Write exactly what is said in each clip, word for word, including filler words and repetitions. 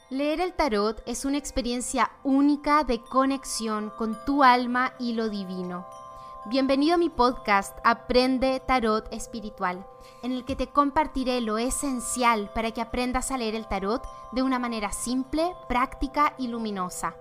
Leer el tarot es una experiencia única de conexión con tu alma y lo divino. Bienvenido a mi podcast Aprende Tarot Espiritual, en el que te compartiré lo esencial para que aprendas a leer el tarot de una manera simple, práctica y luminosa.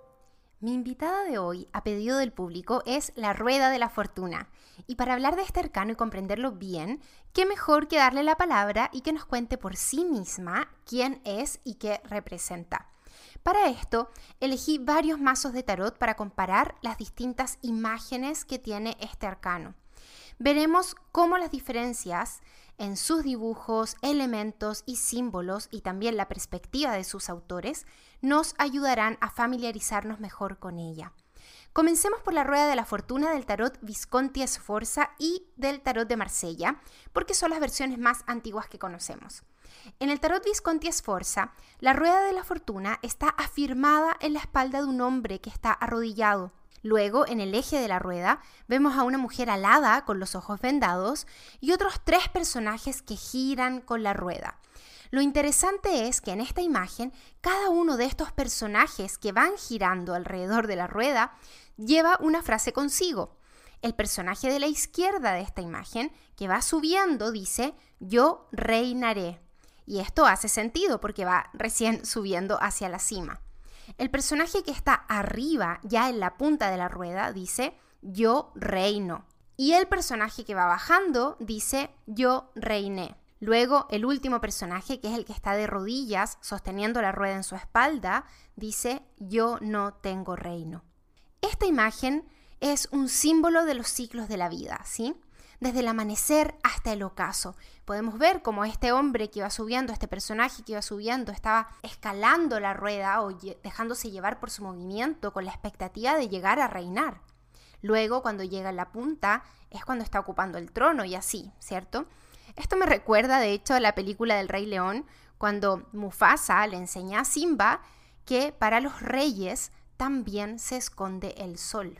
Mi invitada de hoy, a pedido del público, es la Rueda de la Fortuna. Y para hablar de este arcano y comprenderlo bien, qué mejor que darle la palabra y que nos cuente por sí misma quién es y qué representa. Para esto, elegí varios mazos de tarot para comparar las distintas imágenes que tiene este arcano. Veremos cómo las diferencias en sus dibujos, elementos y símbolos, y también la perspectiva de sus autores, nos ayudarán a familiarizarnos mejor con ella. Comencemos por la Rueda de la Fortuna del tarot Visconti Sforza y del tarot de Marsella, porque son las versiones más antiguas que conocemos. En el tarot Visconti Sforza, la Rueda de la Fortuna está afirmada en la espalda de un hombre que está arrodillado. Luego, en el eje de la rueda, vemos a una mujer alada con los ojos vendados y otros tres personajes que giran con la rueda. Lo interesante es que en esta imagen, cada uno de estos personajes que van girando alrededor de la rueda lleva una frase consigo. El personaje de la izquierda de esta imagen, que va subiendo, dice, "Yo reinaré". Y esto hace sentido porque va recién subiendo hacia la cima. El personaje que está arriba, ya en la punta de la rueda, dice, "Yo reino". Y el personaje que va bajando dice, "Yo reiné". Luego, el último personaje, que es el que está de rodillas, sosteniendo la rueda en su espalda, dice, "Yo no tengo reino". Esta imagen es un símbolo de los ciclos de la vida, ¿sí? Desde el amanecer hasta el ocaso. Podemos ver cómo este hombre que iba subiendo, este personaje que iba subiendo, estaba escalando la rueda o dejándose llevar por su movimiento con la expectativa de llegar a reinar. Luego, cuando llega a la punta, es cuando está ocupando el trono y así, ¿cierto? Esto me recuerda, de hecho, a la película del Rey León, cuando Mufasa le enseña a Simba que para los reyes también se esconde el sol.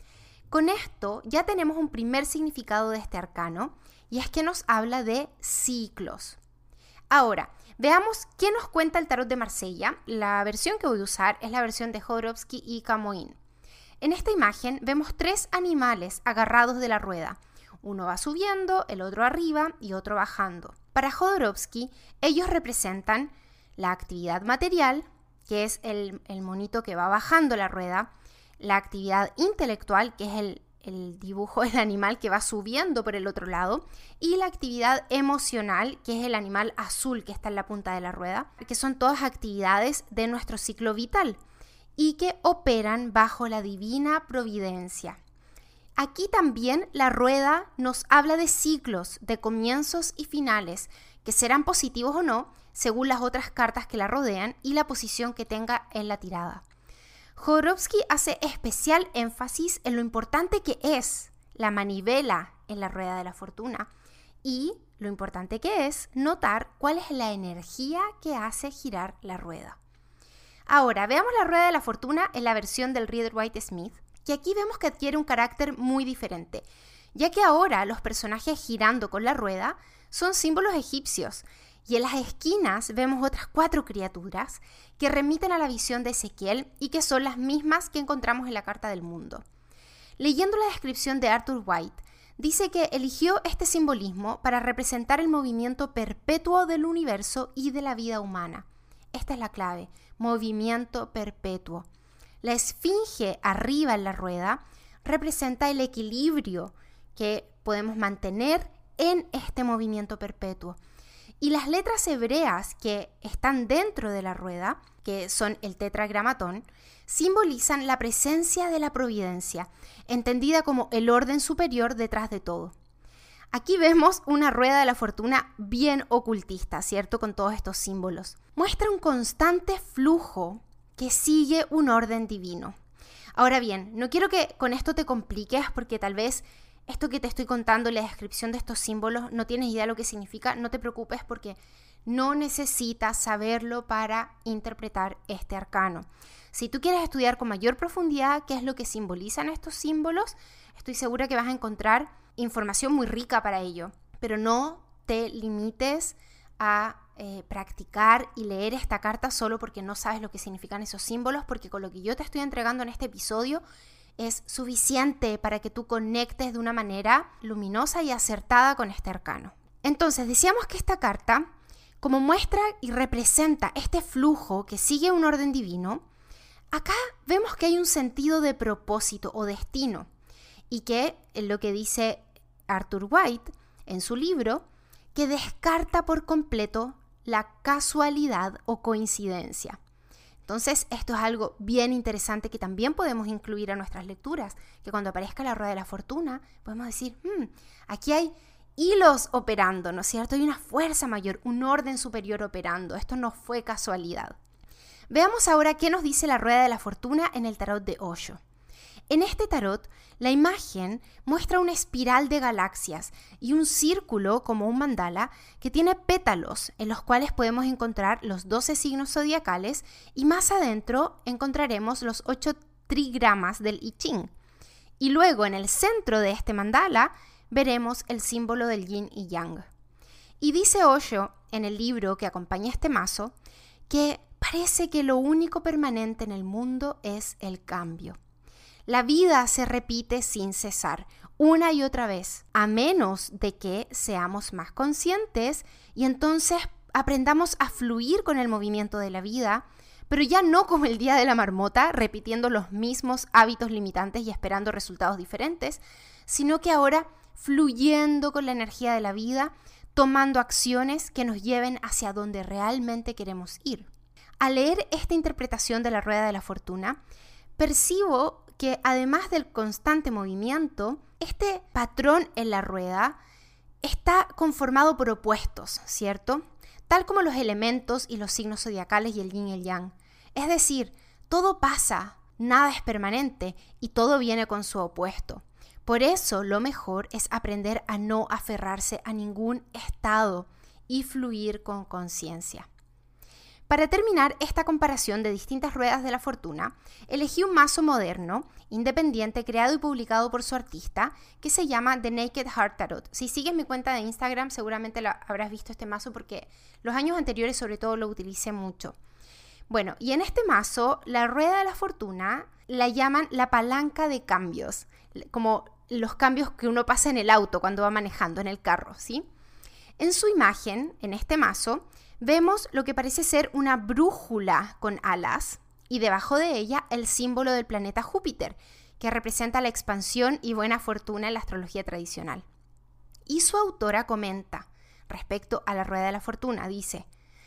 Con esto ya tenemos un primer significado de este arcano, y es que nos habla de ciclos. Ahora, veamos qué nos cuenta el tarot de Marsella. La versión que voy a usar es la versión de Jodorowsky y Camoin. En esta imagen vemos tres animales agarrados de la rueda. Uno va subiendo, el otro arriba y otro bajando. Para Jodorowsky, ellos representan la actividad material, que es el, el monito que va bajando la rueda, la actividad intelectual, que es el, el dibujo del animal que va subiendo por el otro lado, y la actividad emocional, que es el animal azul que está en la punta de la rueda, que son todas actividades de nuestro ciclo vital y que operan bajo la divina providencia. Aquí también la rueda nos habla de ciclos, de comienzos y finales, que serán positivos o no, según las otras cartas que la rodean y la posición que tenga en la tirada. Jodorowsky hace especial énfasis en lo importante que es la manivela en la rueda de la fortuna y lo importante que es notar cuál es la energía que hace girar la rueda. Ahora, veamos la rueda de la fortuna en la versión del Rider-Waite-Smith, que aquí vemos que adquiere un carácter muy diferente, ya que ahora los personajes girando con la rueda son símbolos egipcios, y en las esquinas vemos otras cuatro criaturas que remiten a la visión de Ezequiel y que son las mismas que encontramos en la Carta del Mundo. Leyendo la descripción de Arthur White, dice que eligió este simbolismo para representar el movimiento perpetuo del universo y de la vida humana. Esta es la clave, movimiento perpetuo. La esfinge arriba en la rueda representa el equilibrio que podemos mantener en este movimiento perpetuo. Y las letras hebreas que están dentro de la rueda, que son el tetragramatón, simbolizan la presencia de la providencia, entendida como el orden superior detrás de todo. Aquí vemos una rueda de la fortuna bien ocultista, ¿cierto? Con todos estos símbolos. Muestra un constante flujo que sigue un orden divino. Ahora bien, no quiero que con esto te compliques porque tal vez esto que te estoy contando, la descripción de estos símbolos, no tienes idea de lo que significa. No te preocupes porque no necesitas saberlo para interpretar este arcano. Si tú quieres estudiar con mayor profundidad qué es lo que simbolizan estos símbolos, estoy segura que vas a encontrar información muy rica para ello. Pero no te limites a eh, practicar y leer esta carta solo porque no sabes lo que significan esos símbolos, porque con lo que yo te estoy entregando en este episodio es suficiente para que tú conectes de una manera luminosa y acertada con este arcano. Entonces, decíamos que esta carta, como muestra y representa este flujo que sigue un orden divino, acá vemos que hay un sentido de propósito o destino, y que lo que dice Arthur White en su libro, que descarta por completo la casualidad o coincidencia. Entonces, esto es algo bien interesante que también podemos incluir a nuestras lecturas, que cuando aparezca la rueda de la fortuna, podemos decir, hmm, aquí hay hilos operando, ¿no es cierto? Hay una fuerza mayor, un orden superior operando. Esto no fue casualidad. Veamos ahora qué nos dice la rueda de la fortuna en el tarot de Osho. En este tarot, la imagen muestra una espiral de galaxias y un círculo como un mandala que tiene pétalos en los cuales podemos encontrar los doce signos zodiacales y más adentro encontraremos los ocho trigramas del I Ching. Y luego en el centro de este mandala veremos el símbolo del yin y yang. Y dice Osho en el libro que acompaña este mazo que parece que lo único permanente en el mundo es el cambio. La vida se repite sin cesar, una y otra vez, a menos de que seamos más conscientes y entonces aprendamos a fluir con el movimiento de la vida, pero ya no como el día de la marmota, repitiendo los mismos hábitos limitantes y esperando resultados diferentes, sino que ahora fluyendo con la energía de la vida, tomando acciones que nos lleven hacia donde realmente queremos ir. Al leer esta interpretación de la rueda de la fortuna, percibo que además del constante movimiento, este patrón en la rueda está conformado por opuestos, ¿cierto? Tal como los elementos y los signos zodiacales y el yin y el yang. Es decir, todo pasa, nada es permanente y todo viene con su opuesto. Por eso lo mejor es aprender a no aferrarse a ningún estado y fluir con conciencia. Para terminar esta comparación de distintas ruedas de la fortuna, elegí un mazo moderno, independiente, creado y publicado por su artista, que se llama The Naked Heart Tarot. Si sigues mi cuenta de Instagram, seguramente la habrás visto este mazo porque los años anteriores sobre todo lo utilicé mucho. Bueno, y en este mazo, la rueda de la fortuna la llaman la palanca de cambios, como los cambios que uno pasa en el auto cuando va manejando, en el carro, ¿sí? En su imagen, en este mazo, vemos lo que parece ser una brújula con alas y debajo de ella el símbolo del planeta Júpiter, que representa la expansión y buena fortuna en la astrología tradicional. Y su autora comenta respecto a la rueda de la fortuna, dice: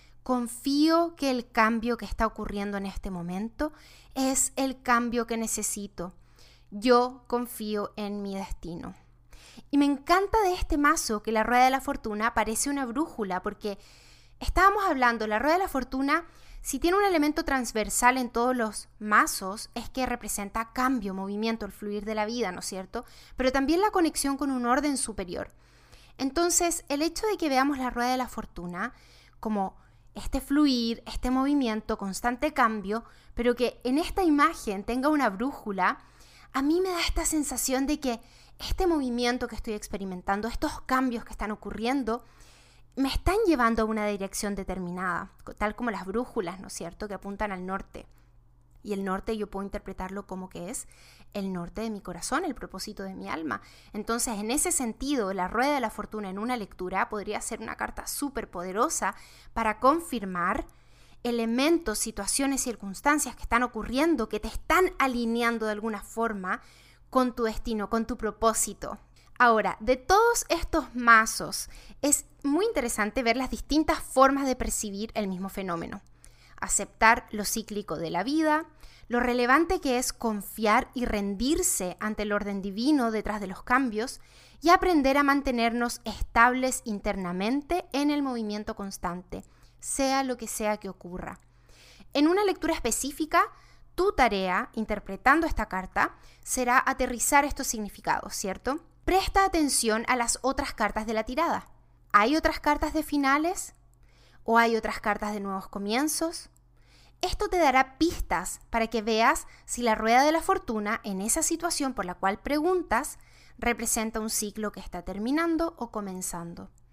confío que el cambio que está ocurriendo en este momento es el cambio que necesito. Yo confío en mi destino. Y me encanta de este mazo que la rueda de la fortuna parece una brújula porque estábamos hablando, la rueda de la fortuna, si tiene un elemento transversal en todos los mazos, es que representa cambio, movimiento, el fluir de la vida, ¿no es cierto? Pero también la conexión con un orden superior. Entonces, el hecho de que veamos la rueda de la fortuna como este fluir, este movimiento, constante cambio, pero que en esta imagen tenga una brújula, a mí me da esta sensación de que este movimiento que estoy experimentando, estos cambios que están ocurriendo, me están llevando a una dirección determinada, tal como las brújulas, ¿no es cierto?, que apuntan al norte. Y el norte yo puedo interpretarlo como que es el norte de mi corazón, el propósito de mi alma. Entonces, en ese sentido, la rueda de la fortuna en una lectura podría ser una carta súper poderosa para confirmar elementos, situaciones, circunstancias que están ocurriendo, que te están alineando de alguna forma con tu destino, con tu propósito. Ahora, de todos estos mazos, es muy interesante ver las distintas formas de percibir el mismo fenómeno. Aceptar lo cíclico de la vida, lo relevante que es confiar y rendirse ante el orden divino detrás de los cambios y aprender a mantenernos estables internamente en el movimiento constante, sea lo que sea que ocurra. En una lectura específica, tu tarea, interpretando esta carta, será aterrizar estos significados, ¿cierto? Presta atención a las otras cartas de la tirada. ¿Hay otras cartas de finales? ¿O hay otras cartas de nuevos comienzos? Esto te dará pistas para que veas si la rueda de la fortuna en esa situación por la cual preguntas representa un ciclo que está terminando o comenzando.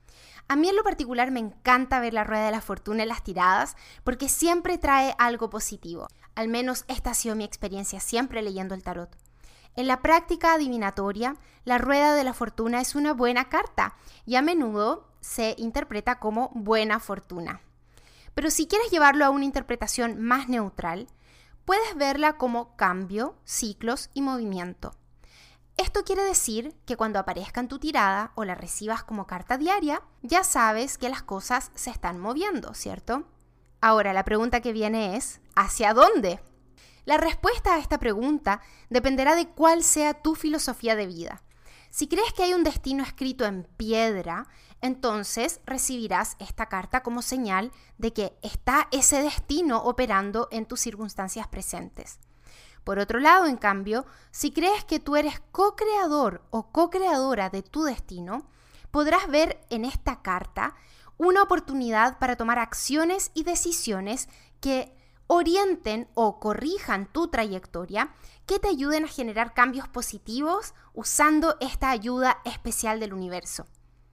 A mí en lo particular me encanta ver la rueda de la fortuna en las tiradas porque siempre trae algo positivo. Al menos esta ha sido mi experiencia siempre leyendo el tarot. En la práctica adivinatoria, la rueda de la fortuna es una buena carta y a menudo se interpreta como buena fortuna. Pero si quieres llevarlo a una interpretación más neutral, puedes verla como cambio, ciclos y movimiento. Esto quiere decir que cuando aparezca en tu tirada o la recibas como carta diaria, ya sabes que las cosas se están moviendo, ¿cierto? Ahora, la pregunta que viene es, ¿hacia dónde? La respuesta a esta pregunta dependerá de cuál sea tu filosofía de vida. Si crees que hay un destino escrito en piedra, entonces recibirás esta carta como señal de que está ese destino operando en tus circunstancias presentes. Por otro lado, en cambio, si crees que tú eres co-creador o co-creadora de tu destino, podrás ver en esta carta una oportunidad para tomar acciones y decisiones que orienten o corrijan tu trayectoria, que te ayuden a generar cambios positivos usando esta ayuda especial del universo.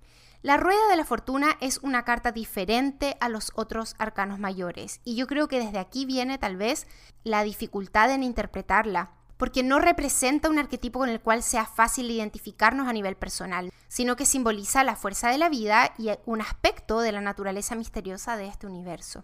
La rueda de la fortuna es una carta diferente a los otros arcanos mayores y yo creo que desde aquí viene tal vez la dificultad en interpretarla, porque no representa un arquetipo con el cual sea fácil identificarnos a nivel personal, sino que simboliza la fuerza de la vida y un aspecto de la naturaleza misteriosa de este universo.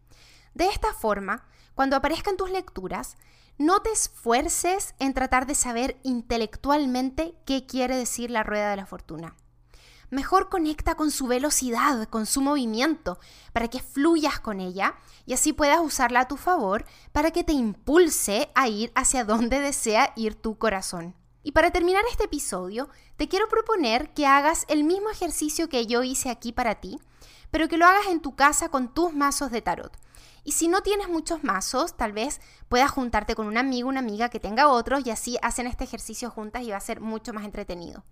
De esta forma, cuando aparezcan tus lecturas, no te esfuerces en tratar de saber intelectualmente qué quiere decir la rueda de la fortuna. Mejor conecta con su velocidad, con su movimiento, para que fluyas con ella y así puedas usarla a tu favor para que te impulse a ir hacia donde desea ir tu corazón. Y para terminar este episodio, te quiero proponer que hagas el mismo ejercicio que yo hice aquí para ti, pero que lo hagas en tu casa con tus mazos de tarot. Y si no tienes muchos mazos, tal vez puedas juntarte con un amigo, una amiga que tenga otros y así hacen este ejercicio juntas y va a ser mucho más entretenido.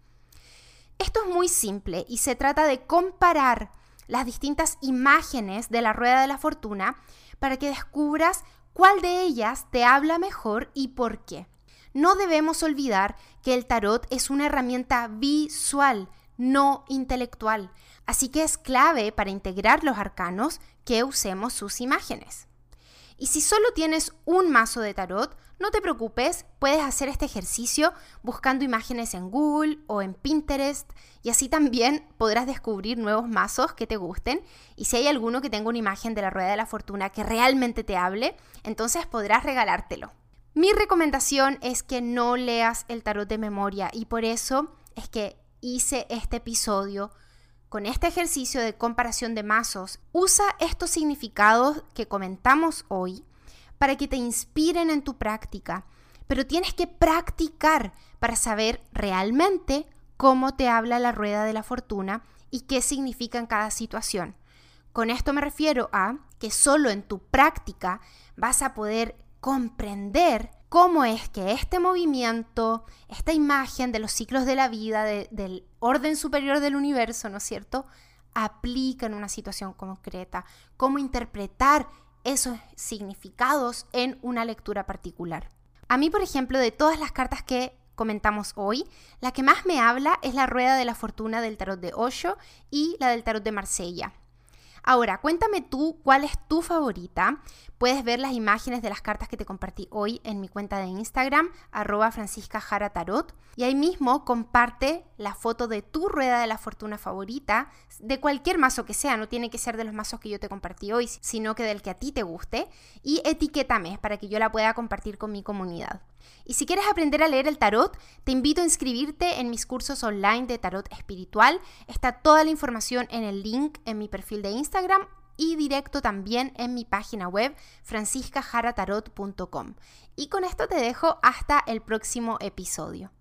Esto es muy simple y se trata de comparar las distintas imágenes de la rueda de la fortuna para que descubras cuál de ellas te habla mejor y por qué. No debemos olvidar que el tarot es una herramienta visual, no intelectual, así que es clave para integrar los arcanos que usemos sus imágenes. Y si solo tienes un mazo de tarot, no te preocupes, puedes hacer este ejercicio buscando imágenes en Google o en Pinterest y así también podrás descubrir nuevos mazos que te gusten y si hay alguno que tenga una imagen de la rueda de la fortuna que realmente te hable, entonces podrás regalártelo. Mi recomendación es que no leas el tarot de memoria y por eso es que hice este episodio con este ejercicio de comparación de mazos. Usa estos significados que comentamos hoy para que te inspiren en tu práctica, pero tienes que practicar para saber realmente cómo te habla la rueda de la fortuna y qué significa en cada situación. Con esto me refiero a que solo en tu práctica vas a poder comprender cómo es que este movimiento, esta imagen de los ciclos de la vida, de, del orden superior del universo, ¿no es cierto?, aplica en una situación concreta, cómo interpretar esos significados en una lectura particular. A mí, por ejemplo, de todas las cartas que comentamos hoy, la que más me habla es la rueda de la fortuna del tarot de Osho y la del tarot de Marsella. Ahora, cuéntame tú cuál es tu favorita. Puedes ver las imágenes de las cartas que te compartí hoy en mi cuenta de Instagram, arroba Francisca Jara Tarot. Y ahí mismo comparte la foto de tu rueda de la fortuna favorita, de cualquier mazo que sea, no tiene que ser de los mazos que yo te compartí hoy, sino que del que a ti te guste. Y etiquétame para que yo la pueda compartir con mi comunidad. Y si quieres aprender a leer el tarot, te invito a inscribirte en mis cursos online de tarot espiritual. Está toda la información en el link en mi perfil de Instagram y directo también en mi página web francisca jara tarot punto com. Y con esto te dejo hasta el próximo episodio.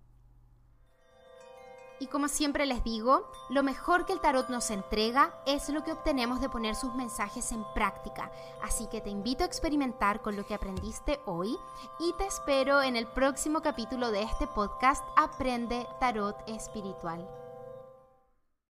Y como siempre les digo, lo mejor que el tarot nos entrega es lo que obtenemos de poner sus mensajes en práctica. Así que te invito a experimentar con lo que aprendiste hoy y te espero en el próximo capítulo de este podcast Aprende Tarot Espiritual.